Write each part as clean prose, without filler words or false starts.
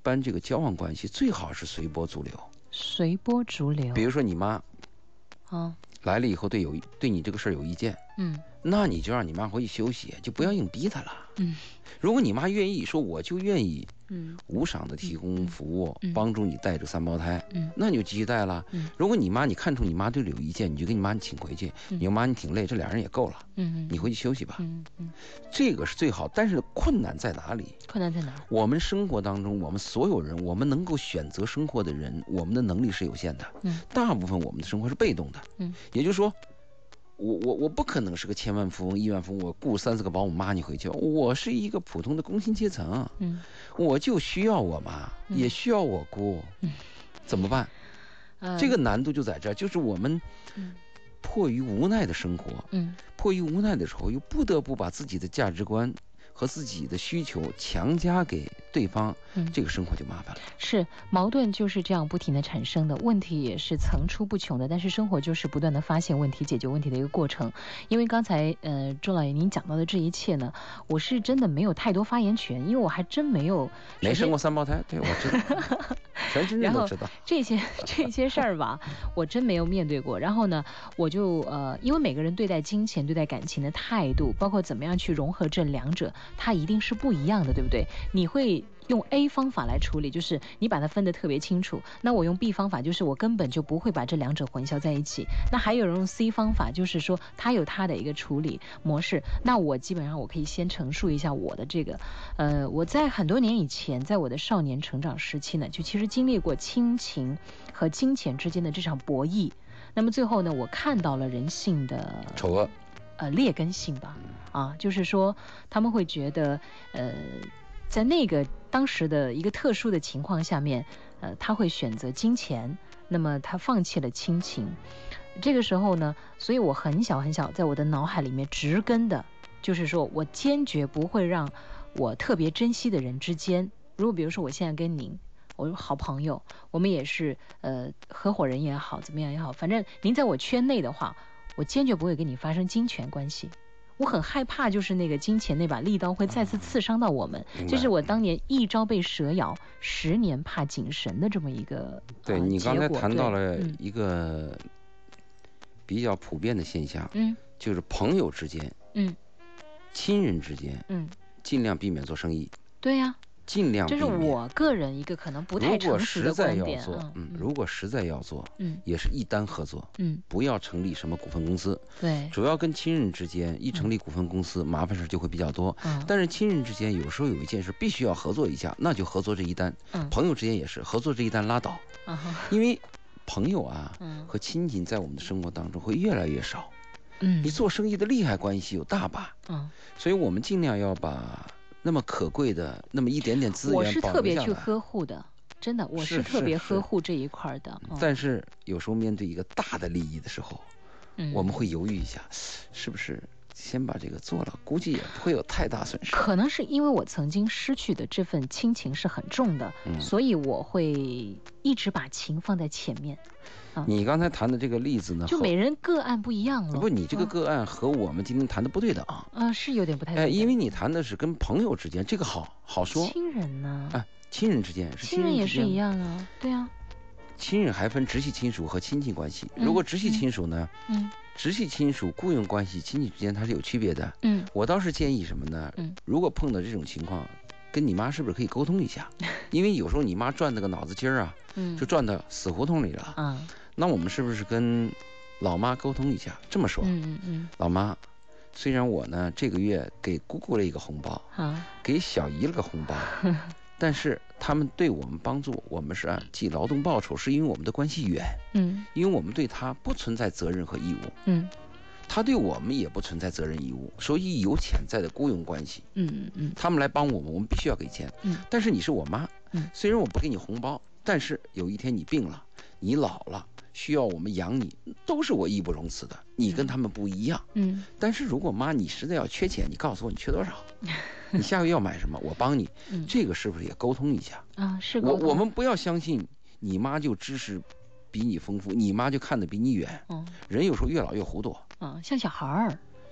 般这个交往关系最好是随波逐流。 随波逐流。 比如说你妈， 啊， 来了以后对你这个事儿有意见，那你就让你妈回去休息，就不要硬逼她了。如果你妈愿意说，我就愿意，无偿的提供服务，帮助你带这3胞胎，那你就继续带了。如果你看出你妈对这有意见，你就跟你妈请回去，你说妈你挺累，这俩人也够了，你回去休息吧。这个是最好，但是困难在哪里？ 困难在哪？我们生活当中，我们所有人，我们能够选择生活的人，我们的能力是有限的，大部分我们的生活是被动的，也就是说。我不可能是个千万富翁、亿万富翁，我雇3、4个保姆妈你回去。我是一个普通的工薪阶层，我就需要我妈，也需要我姑，怎么办？这个难度就在这儿，就是我们迫于无奈的生活，迫于无奈的时候，又不得不把自己的价值观和自己的需求强加给对方，这个生活就麻烦了。 是矛盾就是这样不停的产生的，问题也是层出不穷的，但是生活就是不断的发现问题、解决问题的一个过程。因为刚才周老爷您讲到的这一切呢，我是真的没有太多发言权，因为我还真没有生过3胞胎，对，我知道。全真正都知道这些事儿吧，我真没有面对过。然后呢，我就因为每个人对待金钱、对待感情的态度，包括怎么样去融合这两者，它一定是不一样的，对不对？你会用 A 方法来处理，就是你把它分得特别清楚。那我用 B 方法，就是我根本就不会把这两者混淆在一起。那还有人用 C 方法，就是说他有他的一个处理模式。那我基本上我可以先陈述一下我的这个，我在很多年以前，在我的少年成长时期呢，就其实经历过亲情和金钱之间的这场博弈。那么最后呢，我看到了人性的丑恶， 劣根性吧，就是说他们会觉得，在那个当时的一个特殊的情况下面，他会选择金钱，那么他放弃了亲情。这个时候呢，所以我很小很小，在我的脑海里面植根的，就是说我坚决不会让我特别珍惜的人之间，如果比如说我现在跟您，我有好朋友，我们也是合伙人也好，怎么样也好，反正您在我圈内的话，我坚决不会跟你发生金钱关系。我很害怕，就是那个金钱那把利刀会再次刺伤到我们，这是我当年一朝被蛇咬，10年怕井绳的这么一个对，你刚才谈到了一个比较普遍的现象，就是朋友之间，亲人之间，尽量避免做生意。 对呀， 尽量避免。 这是我个人一个可能不太成熟的观点。 如果实在要做，也是一单合作，不要成立什么股份公司。 对， 主要跟亲人之间一成立股份公司，麻烦事就会比较多。但是亲人之间有时候有一件事必须要合作一下，那就合作这一单。朋友之间也是合作这一单拉倒。因为朋友和亲戚在我们的生活当中会越来越少。你做生意的利害关系有大把。所以我们尽量要把那么可贵的那么一点点资源保留下来。 我是特别去呵护的，真的，我是特别呵护这一块的。 但是有时候面对一个大的利益的时候，我们会犹豫一下，是不是先把这个做了，估计也不会有太大损失。 可能是因为我曾经失去的这份亲情是很重的，所以我会一直把情放在前面。 你刚才谈的这个例子呢， 就每人个案不一样了。 不，你这个个案和我们今天谈的不对的是有点不太对。 因为你谈的是跟朋友之间，这个好说。 亲人呢？ 亲人之间是亲人也是一样啊，对啊。 亲人还分直系亲属和亲戚关系。如果直系亲属呢，直系亲属雇佣关系，亲戚之间它是有区别的。我倒是建议什么呢？如果碰到这种情况，跟你妈是不是可以沟通一下？因为有时候你妈转那个脑子筋儿就转到死胡同里了。那我们是不是跟老妈沟通一下？这么说，老妈，虽然我呢这个月给姑姑了一个红包，给小姨了个红包，但是他们对我们帮助，我们是按记劳动报酬，是因为我们的关系远，因为我们对他不存在责任和义务，他对我们也不存在责任义务，所以有潜在的雇佣关系。他们来帮我们，我们必须要给钱。但是你是我妈，虽然我不给你红包，但是有一天你病了，你老了，需要我们养你，都是我义不容辞的。你跟他们不一样。但是如果妈你实在要缺钱，你告诉我你缺多少，你下个月要买什么，我帮你。这个是不是也沟通一下？ 是我们不要相信你妈就知识比你丰富，你妈就看得比你远。人有时候越老越糊涂。 像小孩儿，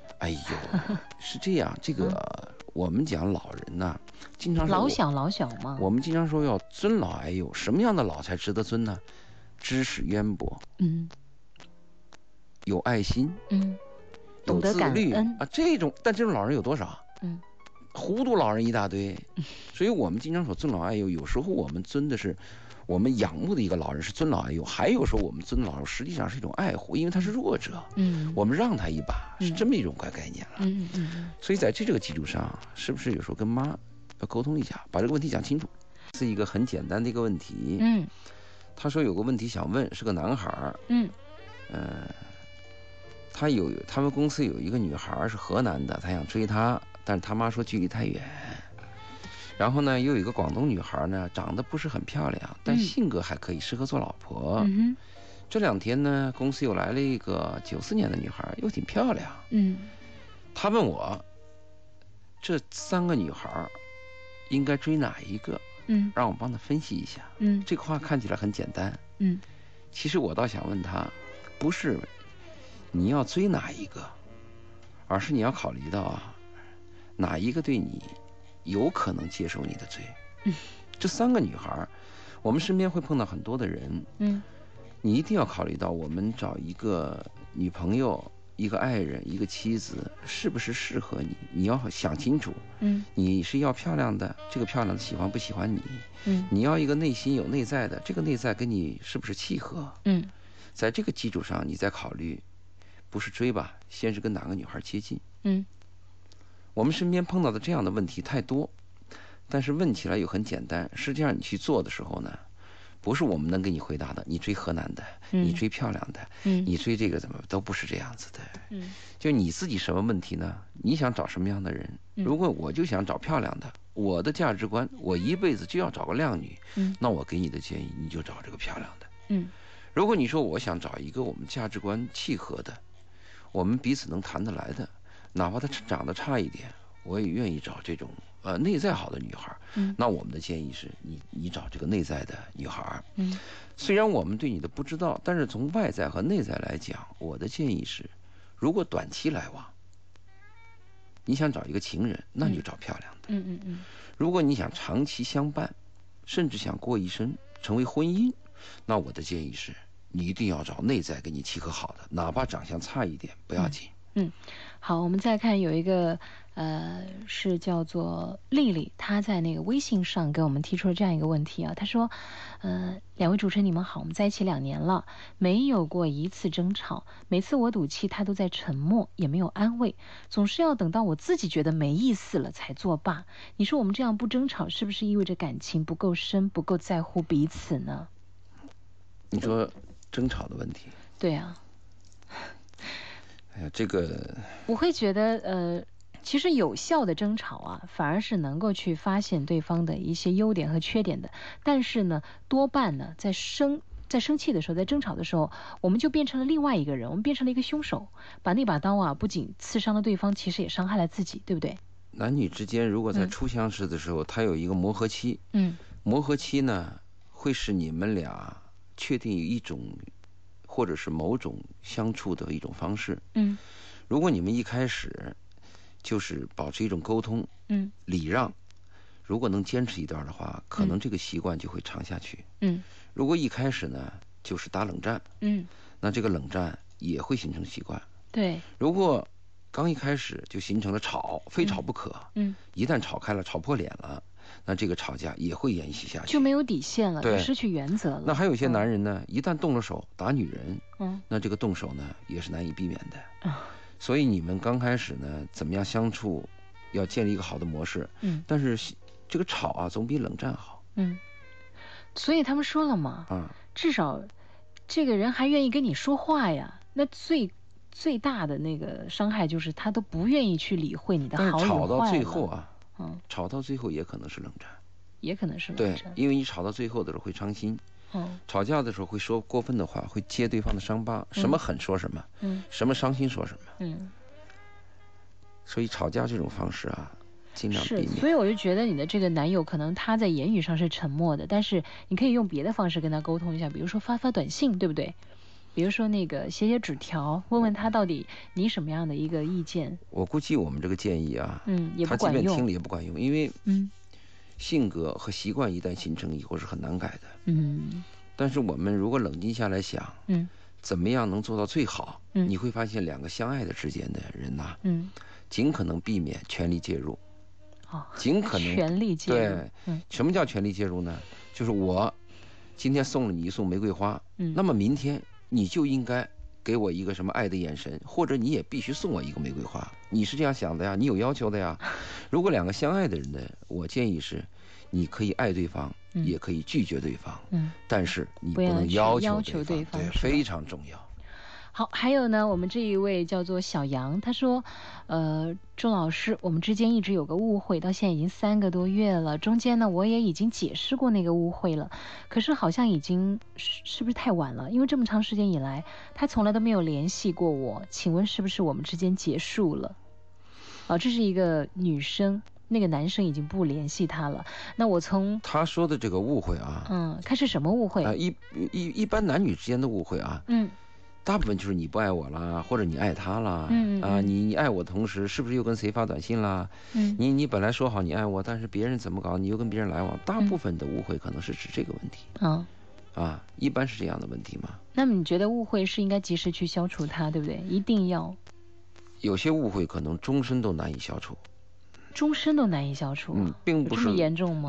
哎呦，是这样，这个我们讲老人呐，经常说老小嘛。 我们经常说要尊老爱幼，什么样的老才值得尊呢？知识渊博，有爱心， 懂得感恩啊，但这种老人有多少？糊涂老人一大堆，所以我们经常说尊老爱幼，有时候我们尊的是我们仰慕的一个老人是尊老爱幼，还有时候我们尊老人实际上是一种爱护，因为他是弱者，我们让他一把，是这么一种概念了。所以在这个基础上，是不是有时候跟妈要沟通一下，把这个问题讲清楚？是一个很简单的一个问题。他说有个问题想问，是个男孩。他们公司有一个女孩是河南的，他想追她，但是他妈说距离太远。然后呢，又有一个广东女孩呢，长得不是很漂亮，但性格还可以，适合做老婆。这2天呢，公司又来了一个94年的女孩，又挺漂亮。他问我，这3个女孩应该追哪一个？让我帮他分析一下。这个话看起来很简单。其实我倒想问他，不是你要追哪一个，而是你要考虑到啊，哪一个对你有可能接受你的追。这3个女孩，我们身边会碰到很多的人。你一定要考虑到，我们找一个女朋友、一个爱人、一个妻子，是不是适合你？你要想清楚。你是要漂亮的，这个漂亮的喜欢不喜欢你？你要一个内心有内在的，这个内在跟你是不是契合？在这个基础上，你再考虑，不是追吧，先是跟哪个女孩接近。我们身边碰到的这样的问题太多，但是问起来又很简单。实际上你去做的时候呢，不是我们能给你回答的。你追河南的，你追漂亮的，你追这个怎么都不是这样子的。就你自己什么问题呢？你想找什么样的人？如果我就想找漂亮的，我的价值观，我一辈子就要找个靓女，那我给你的建议，你就找这个漂亮的。如果你说我想找一个我们价值观契合的，我们彼此能谈得来的，哪怕她长得差一点，我也愿意找这种内在好的女孩。那我们的建议是你找这个内在的女孩。虽然我们对你的不知道，但是从外在和内在来讲，我的建议是，如果短期来往，你想找一个情人，那你就找漂亮的。如果你想长期相伴，甚至想过一生成为婚姻，那我的建议是，你一定要找内在跟你契合好的，哪怕长相差一点不要紧。 好，我们再看有一个是叫做丽丽，她在那个微信上给我们提出了这样一个问题啊。她说2位主持人你们好，我们在一起2年了，没有过一次争吵，每次我赌气他都在沉默，也没有安慰，总是要等到我自己觉得没意思了才作罢。你说我们这样不争吵，是不是意味着感情不够深，不够在乎彼此呢？ 你说争吵的问题？ 对啊。 哎呀，这个我会觉得其实有效的争吵啊，反而是能够去发现对方的一些优点和缺点的。但是呢，多半呢，在生气的时候，在争吵的时候，我们就变成了另外一个人，我们变成了一个凶手，把那把刀啊，不仅刺伤了对方，其实也伤害了自己，对不对？ 男女之间如果在初相识的时候，他有一个磨合期。磨合期呢，会使你们俩确定一种或者是某种相处的一种方式。如果你们一开始就是保持一种沟通，礼让，如果能坚持一段的话，可能这个习惯就会长下去。如果一开始呢就是打冷战，那这个冷战也会形成习惯。 对， 如果刚一开始就形成了吵，非吵不可，一旦吵开了，吵破脸了，那这个吵架也会延续下去， 就没有底线了， 对， 失去原则了。 那还有一些男人呢，一旦动了手打女人，那这个动手呢也是难以避免的。所以你们刚开始呢，怎么样相处，要建立一个好的模式。但是这个吵啊，总比冷战好。 所以他们说了嘛，至少这个人还愿意跟你说话呀。那最大的那个伤害就是他都不愿意去理会你的好与坏了。但是吵到最后啊，吵到最后也可能是冷战， 也可能是冷战。 对，因为你吵到最后的时候会伤心。吵架的时候会说过分的话，会揭对方的伤疤，什么狠说什么，什么伤心说什么。所以吵架这种方式啊，尽量避免。 所以我就觉得你的这个男友可能他在言语上是沉默的，但是你可以用别的方式跟他沟通一下，比如说发短信，对不对？ 比如说那个写纸条，问问他到底你什么样的一个意见。 我估计我们这个建议啊， 也不管用， 他即便听了也不管用，因为性格和习惯一旦形成以后是很难改的。但是我们如果冷静下来想，怎么样能做到最好？你会发现两个相爱的之间的人呐，尽可能避免权力介入。尽可能权力介入。 对，什么叫权力介入呢？就是我今天送了你一束玫瑰花，那么明天你就应该给我一个什么爱的眼神，或者你也必须送我一个玫瑰花。你是这样想的呀？你有要求的呀？如果两个相爱的人呢，我建议是，你可以爱对方，也可以拒绝对方，但是你不能要求对方，对，非常重要。 好，还有呢，我们这一位叫做小杨，他说，周老师，我们之间一直有个误会，到现在已经3个多月了，中间呢我也已经解释过那个误会了，可是好像已经是不是太晚了？因为这么长时间以来，他从来都没有联系过我，请问是不是我们之间结束了？这是一个女生，那个男生已经不联系他了。那我从他说的这个误会啊， 看是什么误会？ 一般男女之间的误会啊，大部分就是你不爱我啦，或者你爱他啦，你爱我的同时，是不是又跟谁发短信啦？你本来说好你爱我，但是别人怎么搞，你又跟别人来往，大部分的误会可能是指这个问题。一般是这样的问题嘛。 那么你觉得误会是应该及时去消除它，对不对？一定要。 有些误会可能终身都难以消除。 终身都难以消除？ 并不是这么严重吗？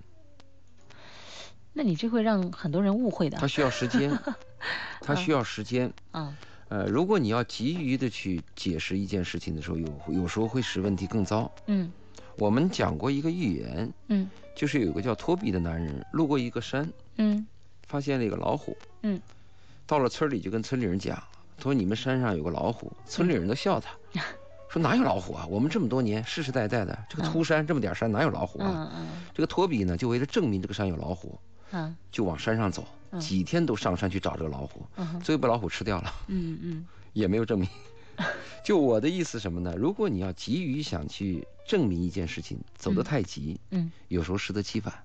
那你这会让很多人误会的。 它需要时间，它需要时间。如果你要急于的去解释一件事情的时候，有时候会使问题更糟。我们讲过一个寓言，就是有个叫托比的男人路过一个山，发现了一个老虎，到了村里就跟村里人讲，他说你们山上有个老虎，村里人都笑他。说哪有老虎啊？我们这么多年世世代代的这个秃山，这么点山哪有老虎啊？这个托比呢，就为了证明这个山有老虎，就往山上走，几天都上山去找这个老虎，最后被老虎吃掉了。也没有证明。就我的意思什么呢？如果你要急于想去证明一件事情，走得太急，有时候适得其反，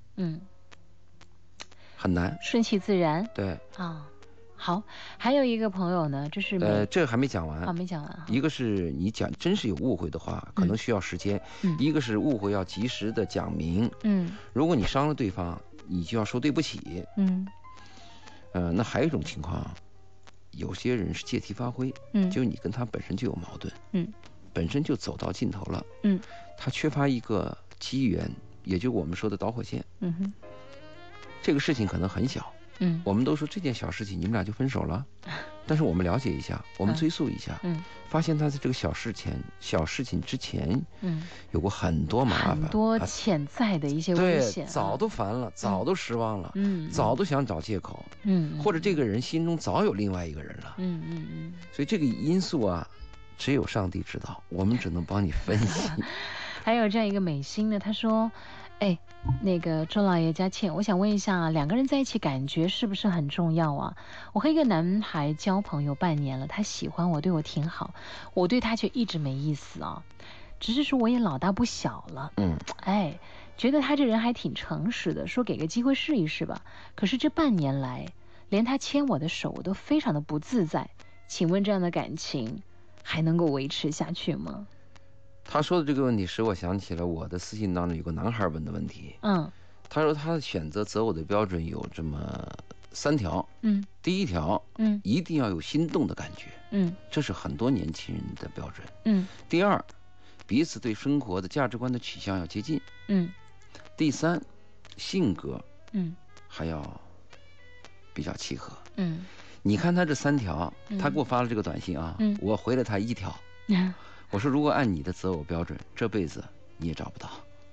很难顺其自然。 对好，还有一个朋友呢，这是这个还没讲完没讲完。 一个是你讲真是有误会的话，可能需要时间；一个是误会要及时的讲明。如果你伤了对方，你就要说对不起。那还有一种情况，有些人是借题发挥，就你跟他本身就有矛盾，本身就走到尽头了，他缺乏一个机缘，也就我们说的导火线。这个事情可能很小。我们都说这件小事情你们俩就分手了，但是我们了解一下，我们追溯一下，发现他在这个小事情之前，有过很多麻烦， 很多潜在的一些危险， 早都烦了，早都失望了，早都想找借口，或者这个人心中早有另外一个人了，所以这个因素啊，只有上帝知道，我们只能帮你分析。 还有这样一个美心呢，他说，那个周老爷佳倩，我想问一下，两个人在一起感觉是不是很重要啊？我和一个男孩交朋友半年了，他喜欢我，对我挺好，我对他却一直没意思啊。只是说我也老大不小了，觉得他这人还挺诚实的，说给个机会试一试吧。可是这半年来，连他牵我的手我都非常的不自在。请问这样的感情还能够维持下去吗？ 他说的这个问题使我想起了我的私信当中有个男孩问的问题。他说他选择择偶的标准有这么3条。第一条，一定要有心动的感觉。这是很多年轻人的标准。第二，彼此对生活的价值观的取向要接近。第三，性格还要比较契合。你看他这3条，他给我发了这个短信啊，我回了他1条。我说如果按你的择偶标准，这辈子你也找不到。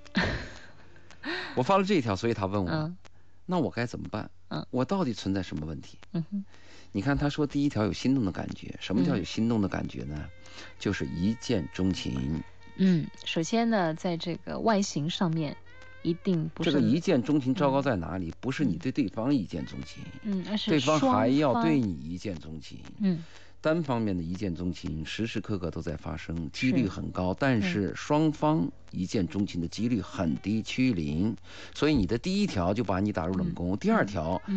我发了这一条，所以他问我，那我该怎么办？我到底存在什么问题？你看他说第一条有心动的感觉，什么叫有心动的感觉呢？就是一见钟情。 首先呢，在这个外形上面一定不是这个一见钟情糟糕在哪里？不是你对对方一见钟情， 而是对方还要对你一见钟情。单方面的一见钟情时时刻刻都在发生，几率很高，但是双方一见钟情的几率很低，趋于0。所以你的第一条就把你打入冷宫。第二条，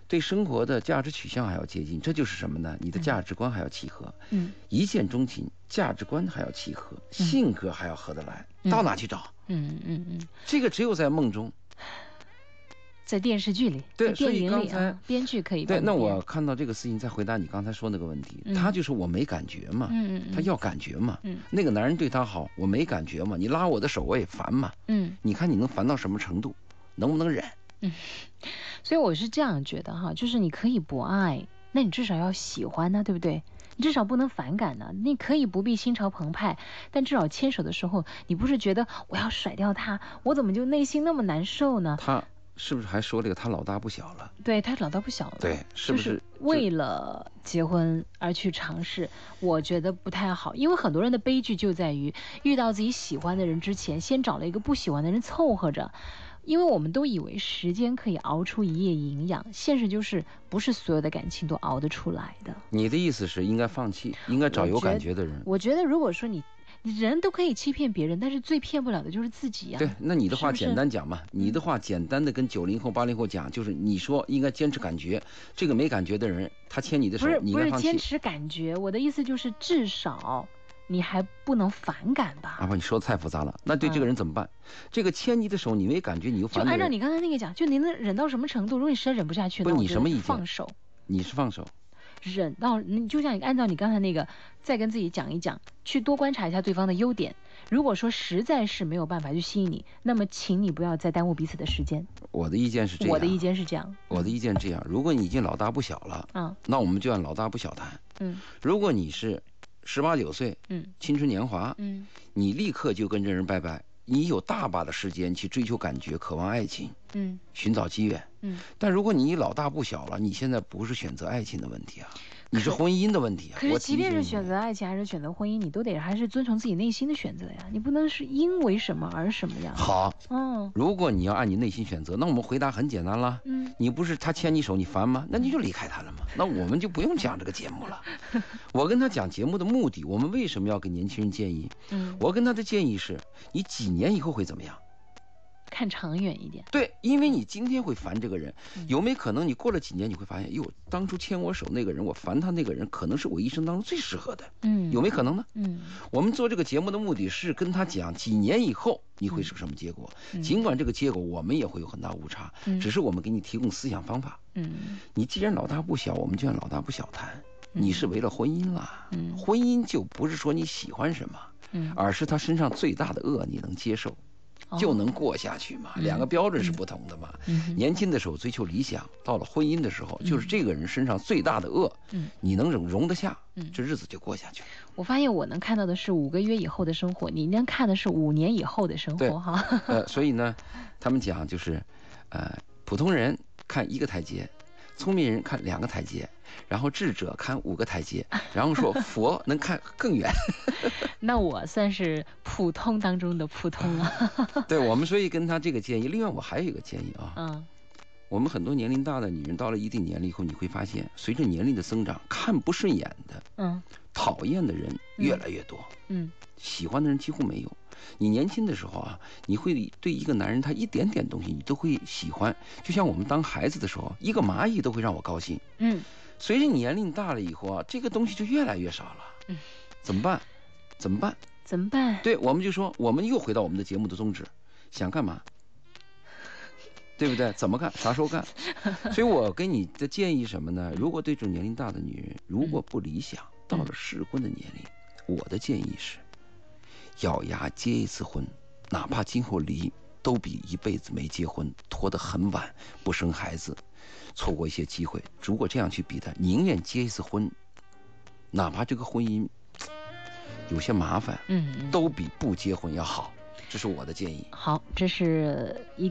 对生活的价值取向还要接近，这就是什么呢？你的价值观还要契合，一见钟情，价值观还要契合，性格还要合得来，到哪去找？这个只有在梦中， 在电视剧里， 对， 在电影里所以刚才编剧可以对。那我看到这个事情，再回答你刚才说那个问题，他就说我没感觉嘛，他要感觉嘛，那个男人对他好，我没感觉嘛，你拉我的手我也烦嘛，你看你能烦到什么程度，能不能忍？ 所以我是这样觉得哈，就是你可以不爱，那你至少要喜欢呢，对不对？你至少不能反感呢。你可以不必心潮澎湃，但至少牵手的时候，你不是觉得我要甩掉他，我怎么就内心那么难受呢？ 他是不是还说了他老大不小了？ 对，他老大不小了。 对，是不是为了结婚而去尝试？我觉得不太好，因为很多人的悲剧就在于遇到自己喜欢的人之前，先找了一个不喜欢的人凑合着。因为我们都以为时间可以熬出一夜营养，现实就是不是所有的感情都熬得出来的。 你的意思是应该放弃，应该找有感觉的人。 我觉得如果说你人都可以欺骗别人，但是最骗不了的就是自己呀。 对，那你的话简单讲嘛，你的话简单的跟90后、80后讲，就是你说应该坚持感觉，这个没感觉的人，他牵你的手，你应该放弃。 不是坚持感觉，我的意思就是至少你还不能反感吧？ 不，你说的太复杂了。那对这个人怎么办？这个牵你的手，你没感觉，你又烦的人。 就按照你刚才那个讲，就你能忍到什么程度？如果你实在忍不下去， 不，你什么意见？ 放手。 你是放手。 忍到你就像按照你刚才那个，再跟自己讲一讲，去多观察一下对方的优点。如果说实在是没有办法去吸引你，那么请你不要再耽误彼此的时间。 我的意见是这样。 我的意见是这样。 我的意见这样，如果你已经老大不小了，那我们就按老大不小谈。如果你是18、19岁，青春年华，你立刻就跟这人拜拜。你有大把的时间去追求感觉，渴望爱情，寻找机缘，但如果你老大不小了，你现在不是选择爱情的问题啊，你是婚姻的问题啊。 可是即便是选择爱情还是选择婚姻，你都得还是遵从自己内心的选择呀，你不能是因为什么而什么呀。 好，如果你要按你内心选择，那我们回答很简单了，你不是他牵你手你烦吗？那你就离开他了嘛，那我们就不用讲这个节目了。我跟他讲节目的目的，我们为什么要给年轻人建议？我跟他的建议是，你几年以后会怎么样？ 看长远一点。 对，因为你今天会烦这个人，有没有可能你过了几年你会发现，哟，当初牵我手那个人，我烦他那个人，可能是我一生当中最适合的。有没有可能呢？我们做这个节目的目的是跟他讲几年以后你会是个什么结果，尽管这个结果我们也会有很大误差，只是我们给你提供思想方法。你既然老大不小，我们就按老大不小谈。你是为了婚姻啦，婚姻就不是说你喜欢什么，而是他身上最大的恶你能接受，就能过下去嘛。两个标准是不同的嘛。年轻的时候追求理想，到了婚姻的时候，就是这个人身上最大的恶，你能容得下，这日子就过下去了。 我发现我能看到的是5个月以后的生活，你能看的是5年以后的生活哈。 所以呢，他们讲就是，普通人看1个台阶，聪明人看2个台阶，然后智者看5个台阶，然后说佛能看更远。 那我算是普通当中的普通了。 对，我们所以跟他这个建议。另外我还有一个建议啊，我们很多年龄大的女人到了一定年龄以后，你会发现随着年龄的增长，看不顺眼的，讨厌的人越来越多，喜欢的人几乎没有。你年轻的时候啊，你会对一个男人他一点点东西你都会喜欢，就像我们当孩子的时候，一个蚂蚁都会让我高兴。随着年龄大了以后啊，这个东西就越来越少了。怎么办？怎么办？ 怎么办？ 对，我们就说，我们又回到我们的节目的宗旨，想干嘛？对不对？怎么干？啥时候干？所以我给你的建议什么呢？如果对这种年龄大的女人，如果不理想，到了适婚的年龄，我的建议是，咬牙结一次婚，哪怕今后离，都比一辈子没结婚拖得很晚，不生孩子，错过一些机会。如果这样去比的，宁愿结一次婚，哪怕这个婚姻有些麻烦，都比不结婚要好。这是我的建议。 好，这是一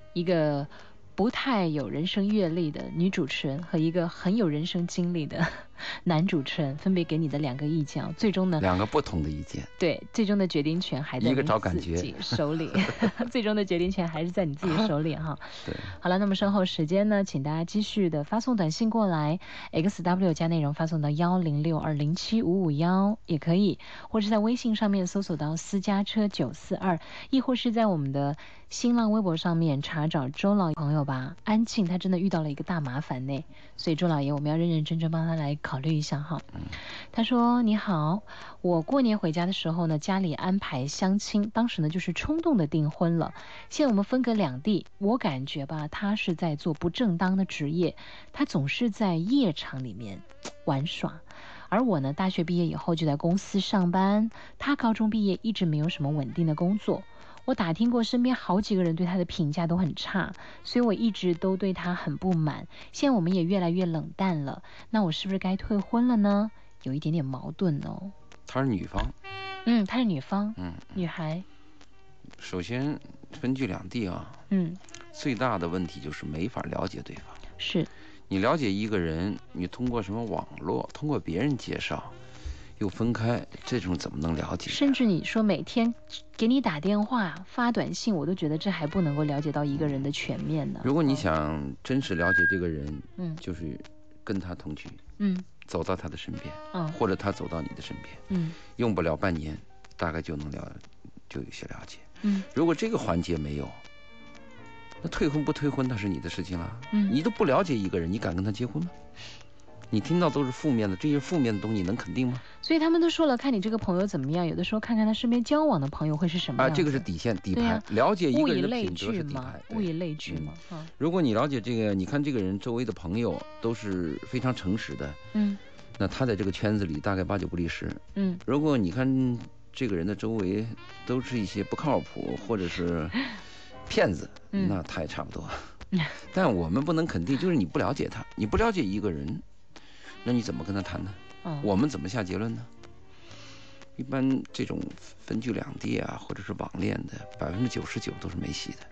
个不太有人生阅历的女主持人和一个很有人生经历的男主持人分别给你的2个意见，最终呢 2个不同的意见， 对，最终的决定权还在你自己手里，最终的决定权还是在你自己手里哈。 对， 好了，那么稍后时间呢，请大家继续的发送短信过来 ，XW 加内容发送到1062075551也可以，或是在微信上面搜索到私家车942，亦或是在我们的新浪微博上面查找周老朋友吧。安庆他真的遇到了一个大麻烦呢，所以周老爷我们要认认真真帮他来考虑一下哈。他说：你好，我过年回家的时候呢，家里安排相亲，当时呢就是冲动的订婚了。现在我们分隔两地，我感觉吧，他是在做不正当的职业，他总是在夜场里面玩耍。而我呢，大学毕业以后就在公司上班，他高中毕业一直没有什么稳定的工作。我打听过身边好几个人对他的评价都很差，所以我一直都对他很不满。现在我们也越来越冷淡了，那我是不是该退婚了呢？有一点点矛盾哦。 她是女方。 她是女方。女孩。 首先分居两地啊。最大的问题就是没法了解对方。 是。 你了解一个人，你通过什么网络，通过别人介绍，又分开，这种怎么能了解？ 甚至你说每天给你打电话、发短信，我都觉得这还不能够了解到一个人的全面呢。 如果你想真实了解这个人，就是跟他同居，走到他的身边，或者他走到你的身边，用不了半年，大概就能就有些了解。如果这个环节没有，那退婚不退婚那是你的事情了。你都不了解一个人，你敢跟他结婚吗？你听到都是负面的，这些负面的东西能肯定吗？ 所以他们都说了，看你这个朋友怎么样，有的时候看看他身边交往的朋友会是什么样。 这个是底线底牌，了解一个人的品德是底牌。 物以类聚嘛。 如果你了解这个，你看这个人周围的朋友都是非常诚实的，那他在这个圈子里大概8、9不离10。如果你看这个人的周围都是一些不靠谱或者是骗子，那他也差不多。但我们不能肯定，就是你不了解他，你不了解一个人，那你怎么跟他谈呢？我们怎么下结论呢？一般这种分居两地啊，或者是网恋的，99%都是没戏的。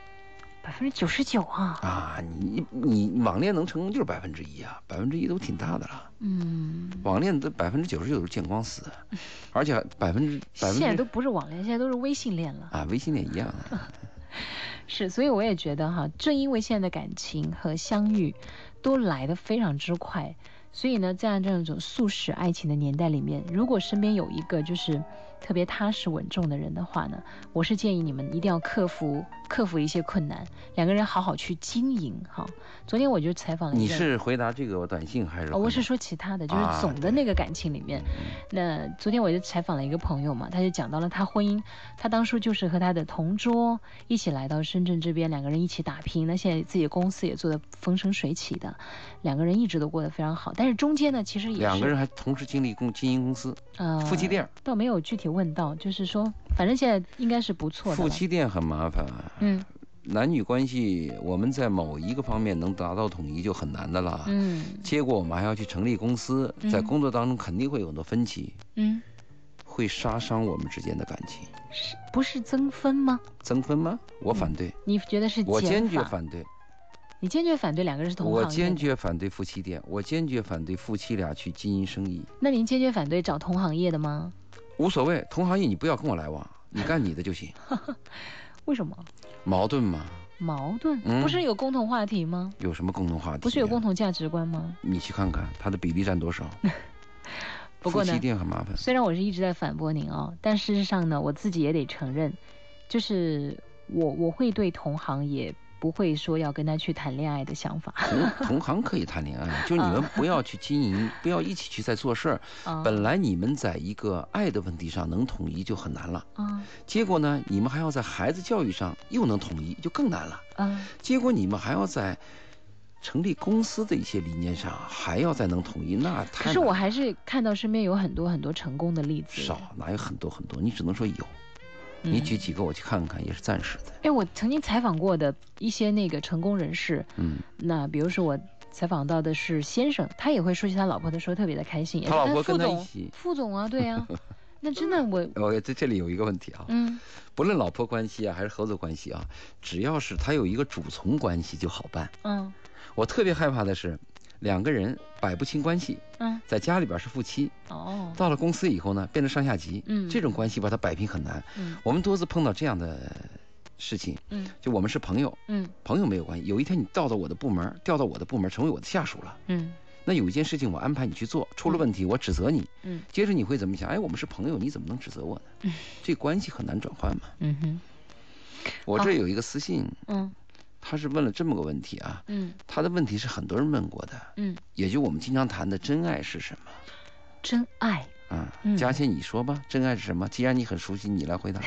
99%啊！ 你网恋能成功就是1%啊，1%都挺大的了。网恋的99%都是见光死，而且现在都不是网恋，现在都是微信恋了啊，微信恋一样的。 是，所以我也觉得哈，正因为现在的感情和相遇都来得非常之快，所以呢，在这种速食爱情的年代里面，如果身边有一个就是特别踏实稳重的人的话呢，我是建议你们一定要克服一些困难，两个人好好去经营哈。昨天我就采访了一个， 你是回答这个短信还是？ 我是说其他的，就是总的那个感情里面。那昨天我就采访了一个朋友嘛，他就讲到了他婚姻，他当初就是和他的同桌一起来到深圳这边，两个人一起打拼，那现在自己的公司也做得风生水起的，两个人一直都过得非常好。但是中间呢，其实也是两个人还同时经营公司，夫妻店倒没有具体问到，就是说反正现在应该是不错的。 夫妻店很麻烦，男女关系我们在某一个方面能达到统一就很难的了，结果我们还要去成立公司，在工作当中肯定会有很多分歧，会杀伤我们之间的感情。 不是增分吗？ 增分吗？我反对。 你觉得是减法？ 我坚决反对。 你坚决反对两个人是同行业？ 我坚决反对夫妻店，我坚决反对夫妻俩去经营生意。 那您坚决反对找同行业的吗？ 无所谓，同行业你不要跟我来往，你干你的就行。 为什么？ 矛盾嘛。 矛盾？不是有共同话题吗？ 有什么共同话题？ 不是有共同价值观吗？ 你去看看它的比例占多少。 不过呢， 夫妻店很麻烦。 虽然我是一直在反驳您但事实上呢，我自己也得承认，就是我会对同行也不会说要跟他去谈恋爱的想法。 同行可以谈恋爱，就你们不要去经营，不要一起去在做事儿。本来你们在一个爱的问题上能统一就很难了。结果呢，你们还要在孩子教育上又能统一，就更难了。结果你们还要在成立公司的一些理念上还要再能统一，那太难了。 可是我还是看到身边有很多很多成功的例子。 少，哪有很多很多？你只能说有。你举几个我去看看，也是暂时的。 我曾经采访过的一些那个成功人士，那比如说我采访到的是先生，他也会说起他老婆的时候特别的开心， 他老婆跟他一起， 副总啊，对啊。那真的我这里有一个问题啊，不论老婆关系啊还是合作关系啊，只要是他有一个主从关系就好办。我特别害怕的是， 两个人摆不清关系，在家里边是夫妻，到了公司以后呢，变成上下级，这种关系把它摆平很难。我们多次碰到这样的事情，就我们是朋友，朋友没有关系，有一天你调到我的部门，成为我的下属了，那有一件事情我安排你去做，出了问题我指责你，接着你会怎么想？哎，我们是朋友，你怎么能指责我呢？这关系很难转换嘛。我这有一个私信，他是问了这么个问题啊，他的问题是很多人问过的，也就我们经常谈的真爱是什么？ 真爱佳倩你说吧，真爱是什么？既然你很熟悉，你来回答。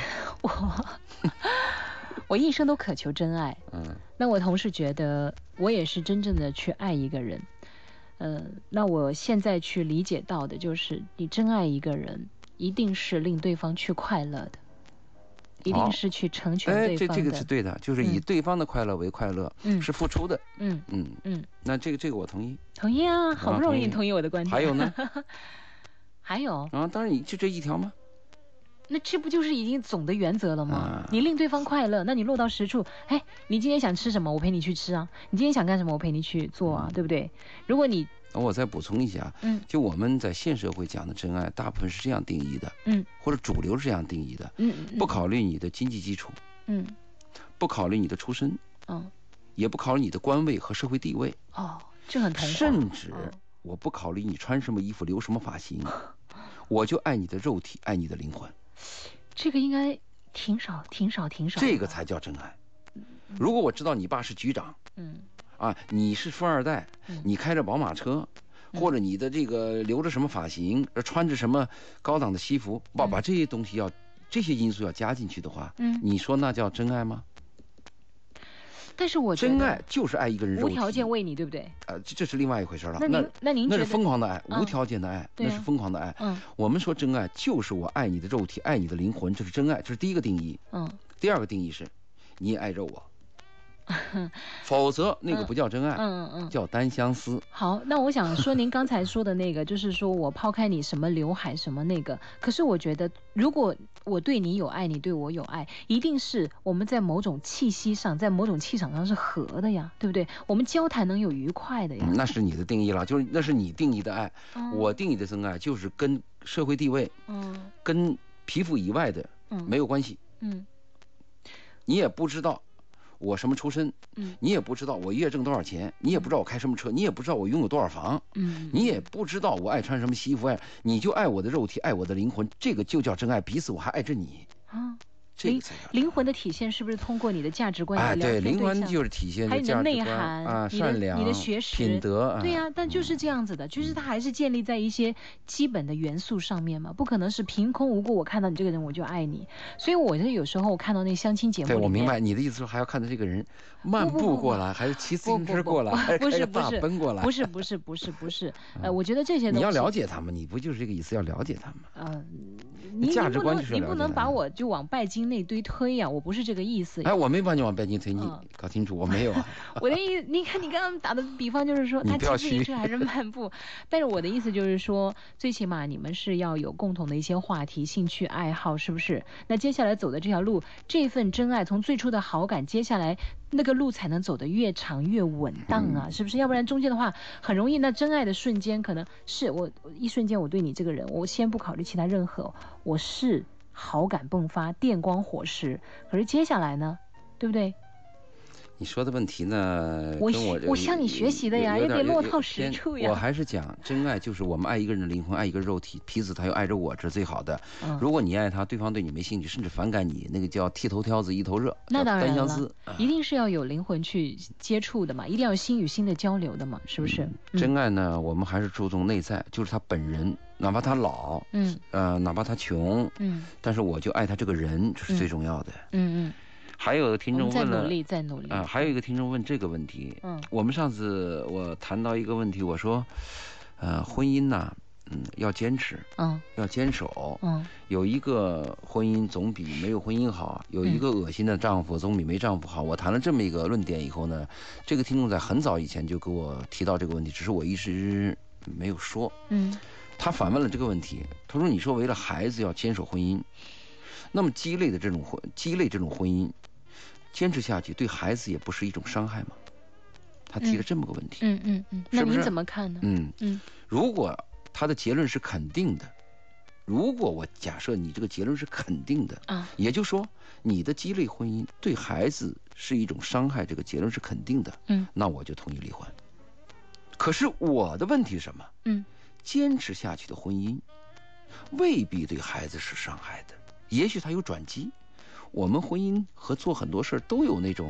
我一生都渴求真爱，那我同时觉得我也是真正的去爱一个人，那我现在去理解到的就是，你真爱一个人，一定是令对方去快乐的，一定是去成全对方的。 这个是对的，就是以对方的快乐为快乐，是付出的。那这个我同意。 同意啊，好不容易同意我的观点。 还有呢？ 还有啊，当然你就这一条吗？ 那这不就是已经总的原则了吗？你令对方快乐，那你落到实处，哎，你今天想吃什么，我陪你去吃啊；你今天想干什么，我陪你去做啊，对不对？如果你我再补充一下，就我们在现社会讲的真爱，大部分是这样定义的，或者主流是这样定义的，不考虑你的经济基础，不考虑你的出身，也不考虑你的官位和社会地位， 这很童话， 甚至我不考虑你穿什么衣服、留什么发型，我就爱你的肉体，爱你的灵魂。 这个应该挺少， 这个才叫真爱。如果我知道你爸是局长，你是富二代，你开着宝马车，或者你的这个留着什么发型，穿着什么高档的西服，把这些东西这些因素要加进去的话，你说那叫真爱吗？ 但是我觉得真爱就是爱一个人肉体， 无条件为你，对不对？ 这是另外一回事了。 那您那是疯狂的爱，无条件的爱，那是疯狂的爱。我们说真爱就是我爱你的肉体，爱你的灵魂，这是真爱，这是第一个定义。第二个定义是，你也爱着我。否则那个不叫真爱，叫单相思。 好，那我想说您刚才说的那个，就是说我抛开你什么刘海什么那个，可是我觉得如果我对你有爱，你对我有爱，一定是我们在某种气息上，在某种气场上是合的呀，对不对？我们交谈能有愉快的呀。 那是你的定义了，就是那是你定义的爱，我定义的真爱就是跟社会地位，跟皮肤以外的没有关系。你也不知道我什么出身，你也不知道我一月挣多少钱，你也不知道我开什么车，你也不知道我拥有多少房，你也不知道我爱穿什么西服，你就爱我的肉体，爱我的灵魂，这个就叫真爱，彼此我还爱着你。 灵魂的体现是不是通过你的价值观？ 对，灵魂就是体现还有你的内涵善良、 你的学识、 品德。 对呀，但就是这样子的，就是它还是建立在一些基本的元素上面嘛，不可能是凭空无故我看到你这个人我就爱你。所以我就有时候看到那相亲节目， 对，我明白你的意思，说还要看到这个人漫步过来，还是骑自行车过来，还是大奔过来？ 不是，我觉得这些东西你要了解他们，你不就是这个意思？要了解他们。 价值观就是你不能把我就往拜金那堆推呀，我不是这个意思。 我没把你往拜金推，你搞清楚，我没有啊。 我的意思，你看你刚刚打的比方就是说他骑自行车还是漫步，但是我的意思就是说，最起码你们是要有共同的一些话题、兴趣爱好，是不是？那接下来走的这条路，这份真爱从最初的好感，接下来那个路才能走得越长越稳当啊，是不是？要不然中间的话很容易，那真爱的瞬间可能是我一瞬间我对你这个人，我先不考虑其他任何，我是好感迸发，电光火石。可是接下来呢，对不对？ 你说的问题呢， 我向你学习的呀，有点落到实处呀。 我还是讲真爱就是我们爱一个人的灵魂，爱一个肉体，彼此他又爱着我，这是最好的。如果你爱他，对方对你没兴趣，甚至反感你，那个叫剃头挑子一头热， 那当然单相思。 一定是要有灵魂去接触的嘛，一定要有心与心的交流的嘛，是不是？ 真爱呢，我们还是注重内在，就是他本人，哪怕他老，哪怕他穷，但是我就爱他这个人，这是最重要的。还有听众问了， 再努力还有一个听众问这个问题，我们上次我谈到一个问题，我说，婚姻呐，要坚持，要坚守，有一个婚姻总比没有婚姻好，有一个恶心的丈夫总比没丈夫好。我谈了这么一个论点以后呢，这个听众在很早以前就给我提到这个问题，只是我一直没有说。他反问了这个问题，他说：“你说为了孩子要坚守婚姻，那么鸡肋这种婚姻，坚持下去对孩子也不是一种伤害吗？” 他提了这么个问题。 那您怎么看呢？ 如果他的结论是肯定的，如果我假设你这个结论是肯定的也就是说你的鸡肋婚姻对孩子是一种伤害，这个结论是肯定的，那我就同意离婚。可是我的问题是什么？坚持下去的婚姻未必对孩子是伤害的，也许他有转机。我们婚姻和做很多事都有那种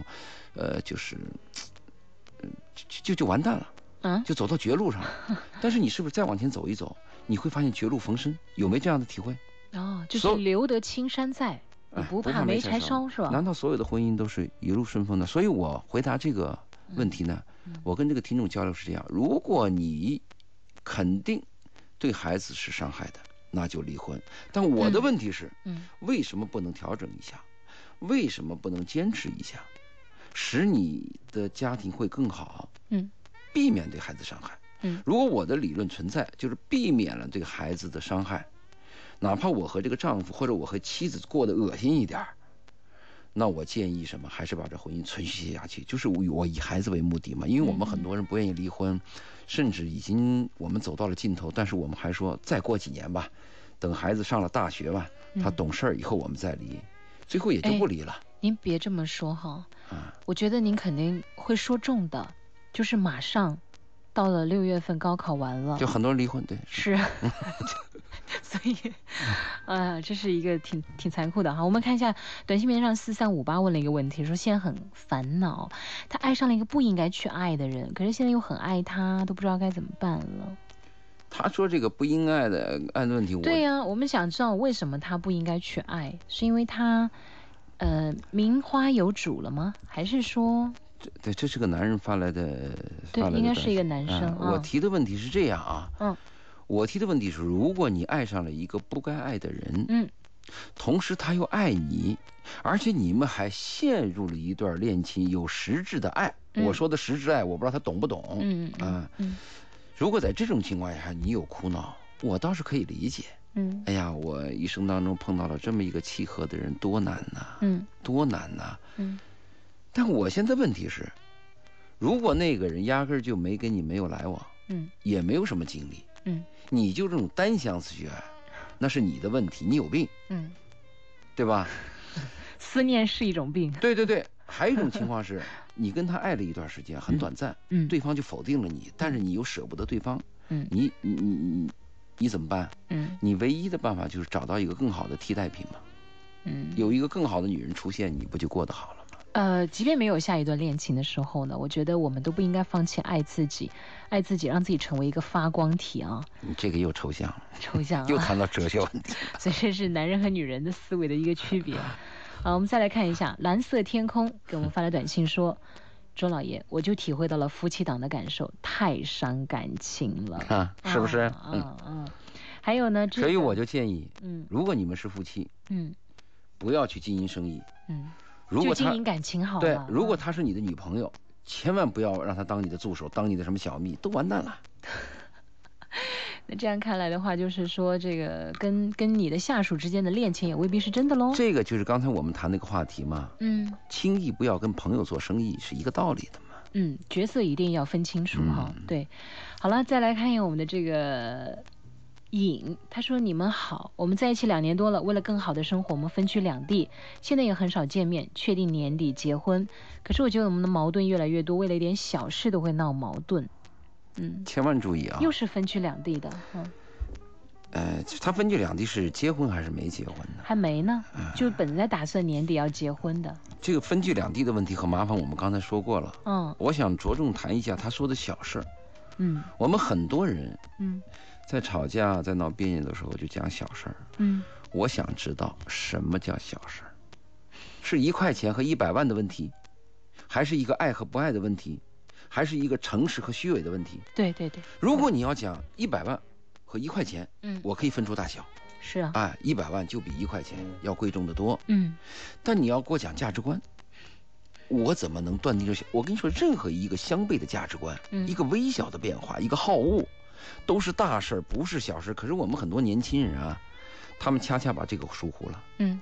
就完蛋了，就走到绝路上了。但是你是不是再往前走一走，你会发现绝路逢生？有没有这样的体会？ 就是留得青山在，不怕没柴烧，是吧？ 难道所有的婚姻都是一路顺风的？所以我回答这个问题呢，我跟这个听众交流是这样：如果你肯定对孩子是伤害的，那就离婚。但我的问题是，为什么不能调整一下？为什么不能坚持一下，使你的家庭会更好？避免对孩子伤害。如果我的理论存在，就是避免了对孩子的伤害，哪怕我和这个丈夫或者我和妻子过得恶心一点，那我建议什么？还是把这婚姻存续下去，就是我以孩子为目的嘛。因为我们很多人不愿意离婚，甚至已经我们走到了尽头，但是我们还说再过几年吧，等孩子上了大学吧，他懂事以后我们再离，最后也就不离了。 您别这么说哈，我觉得您肯定会说中的，就是马上到了6月份高考完了， 就很多人离婚，对， 是，所以，这是一个挺残酷的哈。我们看一下短信面上4358问了一个问题，说现在很烦恼，他爱上了一个不应该去爱的人，可是现在又很爱他，都不知道该怎么办了。 他说这个不应该的爱的问题， 对呀，我们想知道为什么他不应该去爱，是因为他名花有主了吗？还是说？ 对，这是个男人发来的， 对，应该是一个男生。 我提的问题是这样啊，我提的问题是，如果你爱上了一个不该爱的人，同时他又爱你，而且你们还陷入了一段恋情，有实质的爱。我说的实质爱，我不知道他懂不懂。如果在这种情况下你有苦恼，我倒是可以理解。哎呀，我一生当中碰到了这么一个契合的人，多难呐！多难呐！但我现在问题是，如果那个人压根儿就没跟你没有来往，也没有什么经历，你就这种单相思去爱，那是你的问题，你有病，对吧？ 思念是一种病。 对对对，还有一种情况是，你跟他爱了一段时间，很短暂，对方就否定了你，但是你又舍不得对方，你怎么办？你唯一的办法就是找到一个更好的替代品嘛，有一个更好的女人出现，你不就过得好了吗？ 即便没有下一段恋情的时候呢，我觉得我们都不应该放弃爱自己，让自己成为一个发光体啊。 你这个又抽象了，又谈到哲学问题。 所以这是男人和女人的思维的一个区别。好，我们再来看一下蓝色天空给我们发来短信说，周老爷，我就体会到了夫妻档的感受，太伤感情了， 是不是？ 还有呢， 所以我就建议，如果你们是夫妻，不要去经营生意，如果就经营感情好了。 对，如果她是你的女朋友，千万不要让她当你的助手，当你的什么小蜜，都完蛋了。 那这样看来的话，就是说这个跟你的下属之间的恋情也未必是真的喽。 这个就是刚才我们谈那个话题嘛，轻易不要跟朋友做生意是一个道理的嘛。 角色一定要分清楚哈。对，好了，再来看一下我们的这个颖，他说你们好，我们在一起2年多了，为了更好的生活，我们分居两地，现在也很少见面，确定年底结婚。可是我觉得我们的矛盾越来越多，为了一点小事都会闹矛盾。 千万注意啊！ 又是分居两地的。 他分居两地是结婚还是没结婚呢？ 还没呢，就本来打算年底要结婚的。 这个分居两地的问题和麻烦我们刚才说过了。我想着重谈一下他说的小事。我们很多人在吵架在闹别扭的时候就讲小事。我想知道什么叫小事，是1块钱和100万的问题，还是一个爱和不爱的问题，还是一个诚实和虚伪的问题？ 对对对。 如果你要讲100万和1块钱，我可以分出大小。 是啊。 100万就比1块钱要贵重得多。但你要给我讲价值观，我怎么能断定这？我跟你说，任何一个相悖的价值观，一个微小的变化，一个好恶，都是大事，不是小事。可是我们很多年轻人啊，他们恰恰把这个疏忽了。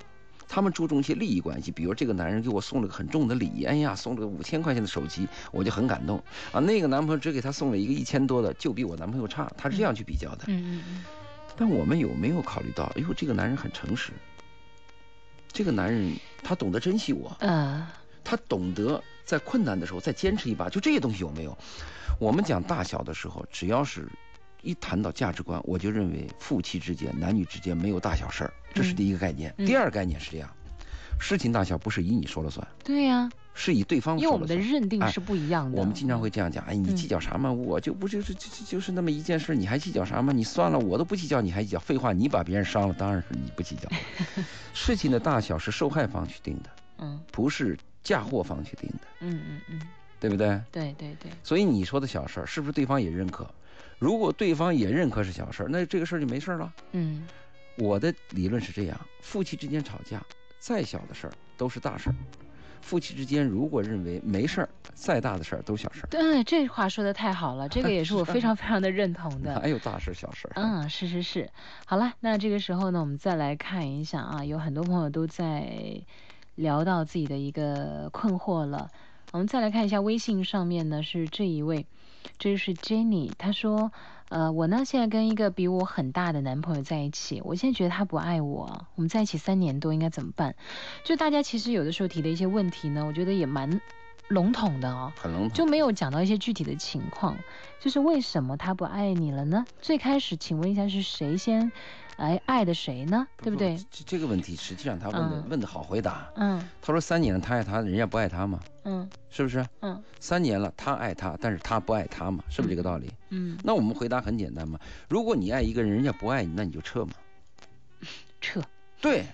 他们注重一些利益关系，比如这个男人给我送了个很重的礼，哎呀，送了个5000块钱的手机，我就很感动啊。那个男朋友只给他送了一个1000多的，就比我男朋友差，他是这样去比较的。但我们有没有考虑到，哎呦，这个男人很诚实，这个男人他懂得珍惜我，他懂得在困难的时候再坚持一把，就这些东西有没有？我们讲大小的时候，只要是一谈到价值观，我就认为夫妻之间、男女之间没有大小事儿，这是第一个概念。第二个概念是这样，事情大小不是以你说了算。 对呀。 是以对方说了算， 因为我们的认定是不一样的。 我们经常会这样讲，哎，你计较啥嘛？我就不就是那么一件事，你还计较啥嘛？你算了，我都不计较，你还计较？废话，你把别人伤了，当然是你不计较。事情的大小是受害方去定的，不是嫁祸方去定的，对不对？ 对。 所以你说的小事，是不是对方也认可？如果对方也认可是小事，那这个事就没事了。我的理论是这样：夫妻之间吵架，再小的事儿都是大事儿。夫妻之间如果认为没事儿，再大的事儿都小事儿。 对，这话说的太好了，这个也是我非常非常的认同的。 哪有大事小事？ 是。好了，那这个时候呢，我们再来看一下啊，有很多朋友都在聊到自己的一个困惑了。我们再来看一下微信上面呢，是这一位，这是 Jenny， 她说，我呢现在跟一个比我很大的男朋友在一起，我现在觉得他不爱我，我们在一起3年多，应该怎么办？就大家其实有的时候提的一些问题呢，我觉得也蛮笼统的哦， 很笼统， 就没有讲到一些具体的情况，就是为什么他不爱你了呢？最开始请问一下是谁先爱的谁呢？对不对？ 这个问题实际上他问的好回答。他说3年了他爱他，人家不爱他嘛。是不是？3年了他爱他，但是他不爱他嘛，是不是这个道理？那我们回答很简单嘛，如果你爱一个人，人家不爱你，那你就撤嘛。 撤。 对。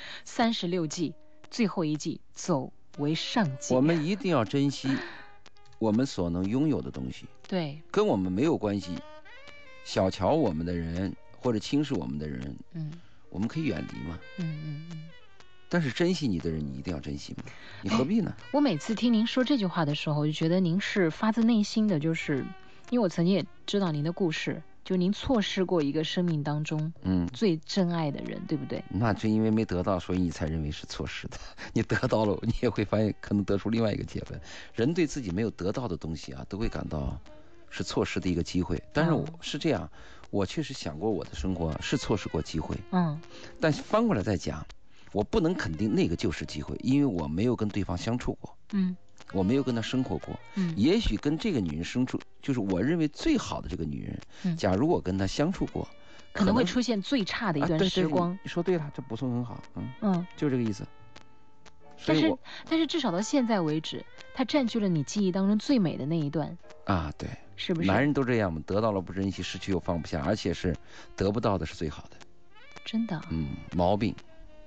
36计，最后一计走为上计。 我们一定要珍惜我们所能拥有的东西。 对。 跟我们没有关系，小瞧我们的人或者轻视我们的人，我们可以远离嘛。但是珍惜你的人，你一定要珍惜嘛，你何必呢？ 我每次听您说这句话的时候，我就觉得您是发自内心的，就是因为我曾经也知道您的故事，就您错失过一个生命当中最真爱的人，对不对？ 那就因为没得到，所以你才认为是错失的。你得到了，你也会发现可能得出另外一个结论。人对自己没有得到的东西啊，都会感到是错失的一个机会。但是我是这样，我确实想过我的生活是错失过机会，但翻过来再讲，我不能肯定那个就是机会，因为我没有跟对方相处过，我没有跟她生活过，也许跟这个女人生处，就是我认为最好的这个女人，假如我跟她相处过， 可能会出现最差的一段时光。 对，你说对了，这补充很好，就这个意思。 但是至少到现在为止，她占据了你记忆当中最美的那一段啊，对， 是不是？ 男人都这样嘛，得到了不珍惜，失去又放不下，而且是得不到的是最好的， 真的， 毛病。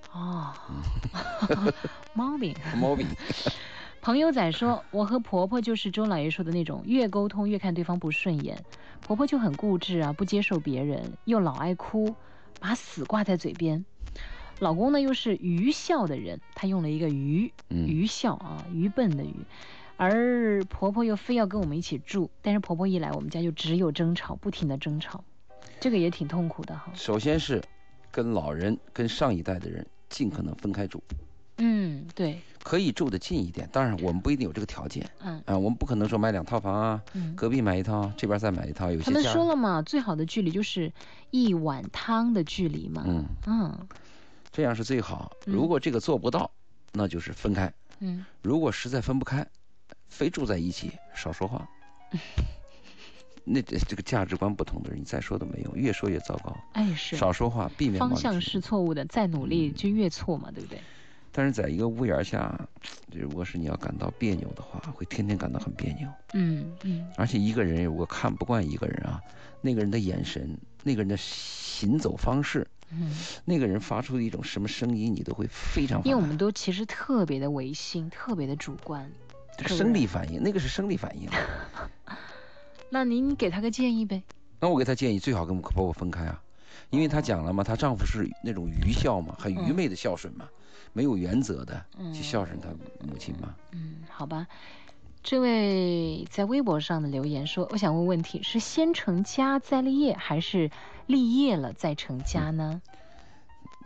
毛病。 朋友仔说，我和婆婆就是周老爷说的那种，越沟通越看对方不顺眼。婆婆就很固执啊，不接受别人，又老爱哭，把死挂在嘴边。老公呢又是愚孝的人，他用了一个愚孝啊，愚笨的愚。而婆婆又非要跟我们一起住，但是婆婆一来，我们家就只有争吵，不停的争吵，这个也挺痛苦的哈。 首先是跟老人、跟上一代的人尽可能分开住。 对， 可以住得近一点，当然我们不一定有这个条件。我们不可能说买2套房啊，隔壁买一套，这边再买一套。有些他们说了嘛，最好的距离就是1碗汤的距离嘛。 这样是最好。如果这个做不到，那就是分开。如果实在分不开，非住在一起，少说话。那这个价值观不同的人，你再说都没用，越说越糟糕。 是少说话，避免方向是错误的，再努力就越错嘛，对不对？ 但是在一个屋檐下，如果是你要感到别扭的话，会天天感到很别扭。而且一个人如果看不惯一个人啊，那个人的眼神，那个人的行走方式，那个人发出的一种什么声音，你都会非常。 因为我们都其实特别的唯心，特别的主观。 生理反应，那个是生理反应。 那您给他个建议呗？ 那我给他建议，最好跟婆婆分开啊，因为她讲了嘛，她丈夫是那种愚孝嘛，很愚昧的孝顺嘛，没有原则的去孝顺她母亲嘛。 好吧。这位在微博上的留言说，我想问问题是先成家再立业，还是立业了再成家呢？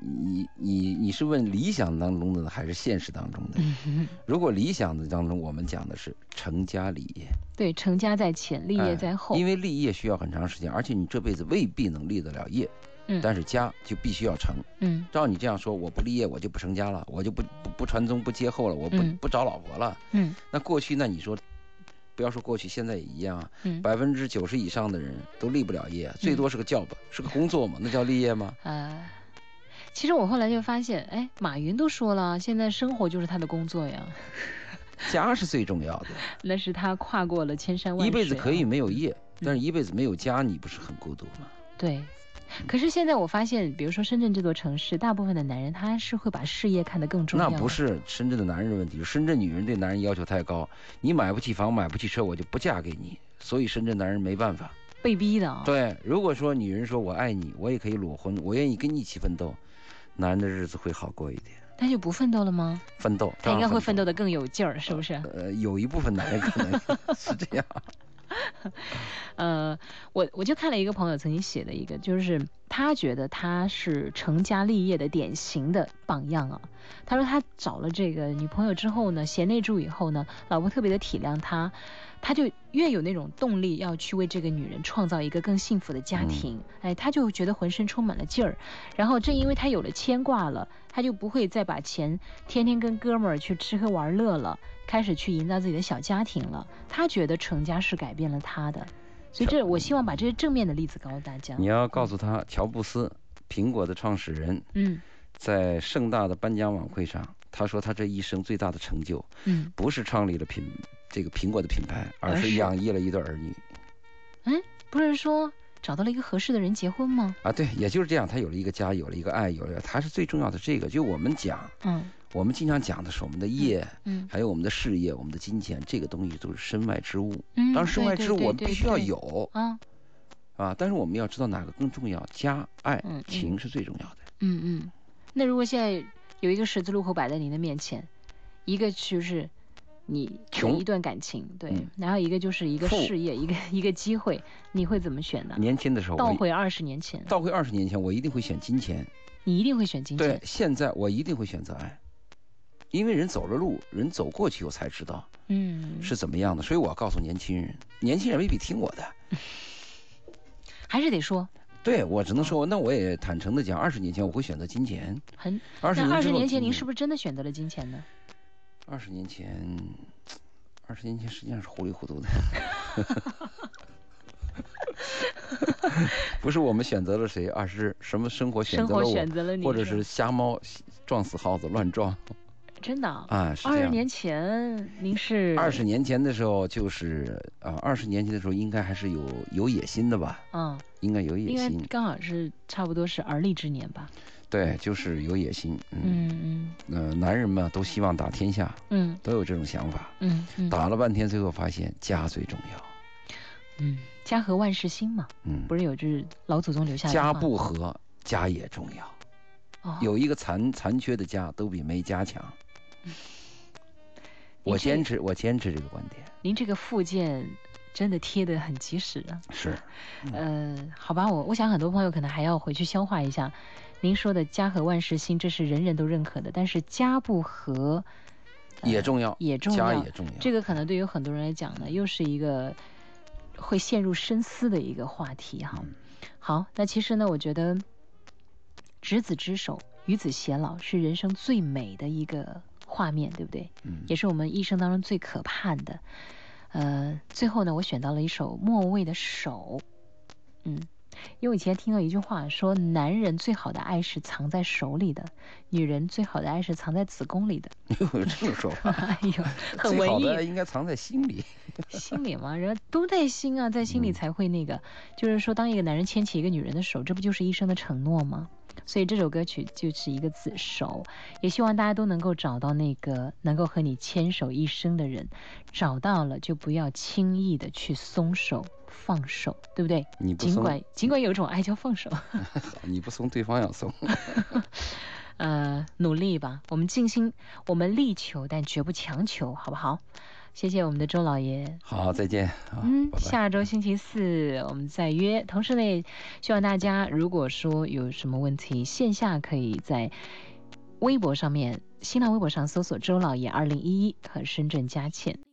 你是问理想当中的还是现实当中的？如果理想的当中，我们讲的是成家立业。 对，成家在前，立业在后。 因为立业需要很长时间，而且你这辈子未必能立得了业。但是家就必须要成。照你这样说，我不立业，我就不成家了，我就不传宗不接后了，我不找老婆了。那过去那你说，不要说过去，现在也一样啊。90%以上的人都立不了业，最多是个 job，是个工作嘛，那叫立业吗？ 其实我后来就发现，哎，马云都说了，现在生活就是他的工作呀。 家是最重要的。 那是他跨过了千山万水。 一辈子可以没有业，但是一辈子没有家，你不是很孤独吗？ 对。可是现在我发现，比如说深圳这座城市，大部分的男人他是会把事业看得更重要。 那不是深圳的男人的问题，深圳女人对男人要求太高，你买不起房买不起车，我就不嫁给你，所以深圳男人没办法， 被逼的。 对，如果说女人说我爱你，我也可以裸婚，我愿意跟你一起奋斗，男人的日子会好过一点。 他就不奋斗了吗？ 奋斗， 他应该会奋斗得更有劲儿，是不是？ 有一部分男人可能是这样。 我就看了一个朋友曾经写的一个，就是他觉得他是成家立业的典型的榜样啊。他说他找了这个女朋友之后呢，贤内助以后呢，老婆特别的体谅他，他就越有那种动力要去为这个女人创造一个更幸福的家庭。哎，他就觉得浑身充满了劲儿。然后正因为他有了牵挂了，他就不会再把钱天天跟哥们儿去吃喝玩乐了，开始去营造自己的小家庭了。他觉得成家是改变了他的，所以我希望把这些正面的例子告诉大家。 你要告诉他，乔布斯，苹果的创始人，在盛大的颁奖晚会上，他说他这一生最大的成就，不是创立了这个苹果的品牌，而是养育了一对儿女。 不是说找到了一个合适的人结婚吗？ 对，也就是这样，他有了一个家，有了一个爱，他是最重要的。这个就我们讲，我们经常讲的是我们的业，还有我们的事业，我们的金钱，这个东西都是身外之物。当然身外之物我们必须要有但是我们要知道哪个更重要，家、爱、情是最重要的。 那如果现在有一个十字路口摆在你的面前，一个就是你有一段感情，对，然后一个就是一个事业，一个机会，你会怎么选呢？ 年轻的时候， 倒回20年前， 我一定会选金钱。 你一定会选金钱？ 对，现在我一定会选择爱，因为人走了路，人走过去，我才知道，是怎么样的。所以我要告诉年轻人未必听我的， 还是得说。 对，我只能说，那我也坦诚的讲，20年前我会选择金钱。 那20年前您是不是真的选择了金钱呢 ？20年前实际上是糊里糊涂的。不是我们选择了谁，而是什么生活选择了你，或者是瞎猫撞死耗子乱撞。 真的是这样。 20年前您是 ？20年前的时候就是20年前的时候应该还是有野心的吧？应该有野心， 应该刚好是差不多是而立之年吧？ 对，就是有野心。男人嘛都希望打天下，都有这种想法。打了半天，最后发现家最重要。 家和万事兴嘛。不是有句老祖宗留下的话， 家不和，家也重要。有一个残缺的家，都比没家强。我坚持这个观点。 您这个附件真的贴得很及时啊。 是。 好吧，我想很多朋友可能还要回去消化一下。您说的家和万事兴，这是人人都认可的，但是家不和也重要， 家也重要。这个可能对于很多人来讲呢，又是一个会陷入深思的一个话题哈。好，那其实呢，我觉得执子之手，与子偕老是人生最美的一个画面，对不对？也是我们一生当中最可盼的。最后呢，我选到了一首莫文蔚的《手》。因为我以前听到一句话说，男人最好的爱是藏在手里的，女人最好的爱是藏在子宫里的。 有这种说法？ 哎呦，很文艺。 最好的爱应该藏在心里。 心里嘛，人都在心啊，在心里才会那个。就是说，当一个男人牵起一个女人的手，这不就是一生的承诺吗？所以这首歌曲就是一个字手，也希望大家都能够找到那个能够和你牵手一生的人，找到了就不要轻易的去松手放手，对不对？尽管有一种爱叫放手。 你不松，对方要松。 努力吧，我们尽心，我们力求，但绝不强求，好不好？ 谢谢我们的周老爷。 好，再见。拜拜。 下周星期四我们再约。同时呢，希望大家如果说有什么问题，线下可以在微博上面、新浪微博上搜索周老爷2011和深圳佳倩。